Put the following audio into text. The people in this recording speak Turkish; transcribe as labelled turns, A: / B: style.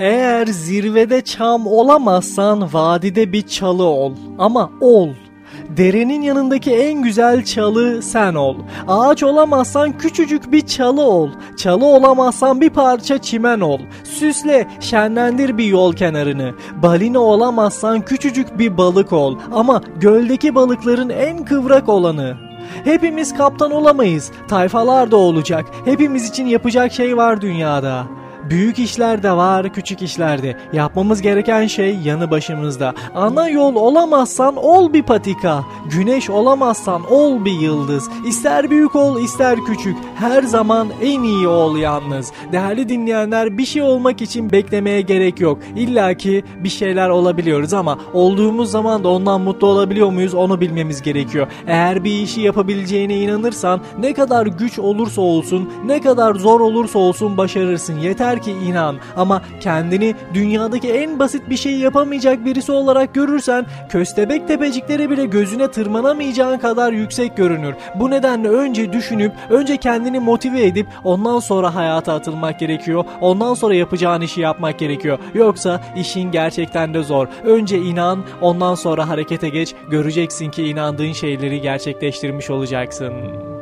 A: Eğer zirvede çam olamazsan vadide bir çalı ol. Ama ol. Derenin yanındaki en güzel çalı sen ol. Ağaç olamazsan küçücük bir çalı ol. Çalı olamazsan bir parça çimen ol. Süsle, şenlendir bir yol kenarını. Balina olamazsan küçücük bir balık ol. Ama göldeki balıkların en kıvrak olanı. Hepimiz kaptan olamayız. Tayfalar da olacak. Hepimiz için yapacak şey var dünyada. Büyük işler de var, küçük işler de. Yapmamız gereken şey yanı başımızda. Ana yol olamazsan ol bir patika. Güneş olamazsan ol bir yıldız. İster büyük ol, ister küçük. Her zaman en iyi ol yalnız. Değerli dinleyenler, bir şey olmak için beklemeye gerek yok. İlla ki bir şeyler olabiliyoruz ama olduğumuz zaman da ondan mutlu olabiliyor muyuz onu bilmemiz gerekiyor. Eğer bir işi yapabileceğine inanırsan ne kadar güç olursa olsun, ne kadar zor olursa olsun başarırsın. Yeter ki inan. Ama kendini dünyadaki en basit bir şeyi yapamayacak birisi olarak görürsen köstebek tepeciklere bile gözüne tırmanamayacağın kadar yüksek görünür. Bu nedenle önce düşünüp, önce kendini motive edip ondan sonra hayata atılmak gerekiyor. Ondan sonra yapacağın işi yapmak gerekiyor. Yoksa işin gerçekten de zor. Önce inan, ondan sonra harekete geç. Göreceksin ki inandığın şeyleri gerçekleştirmiş olacaksın.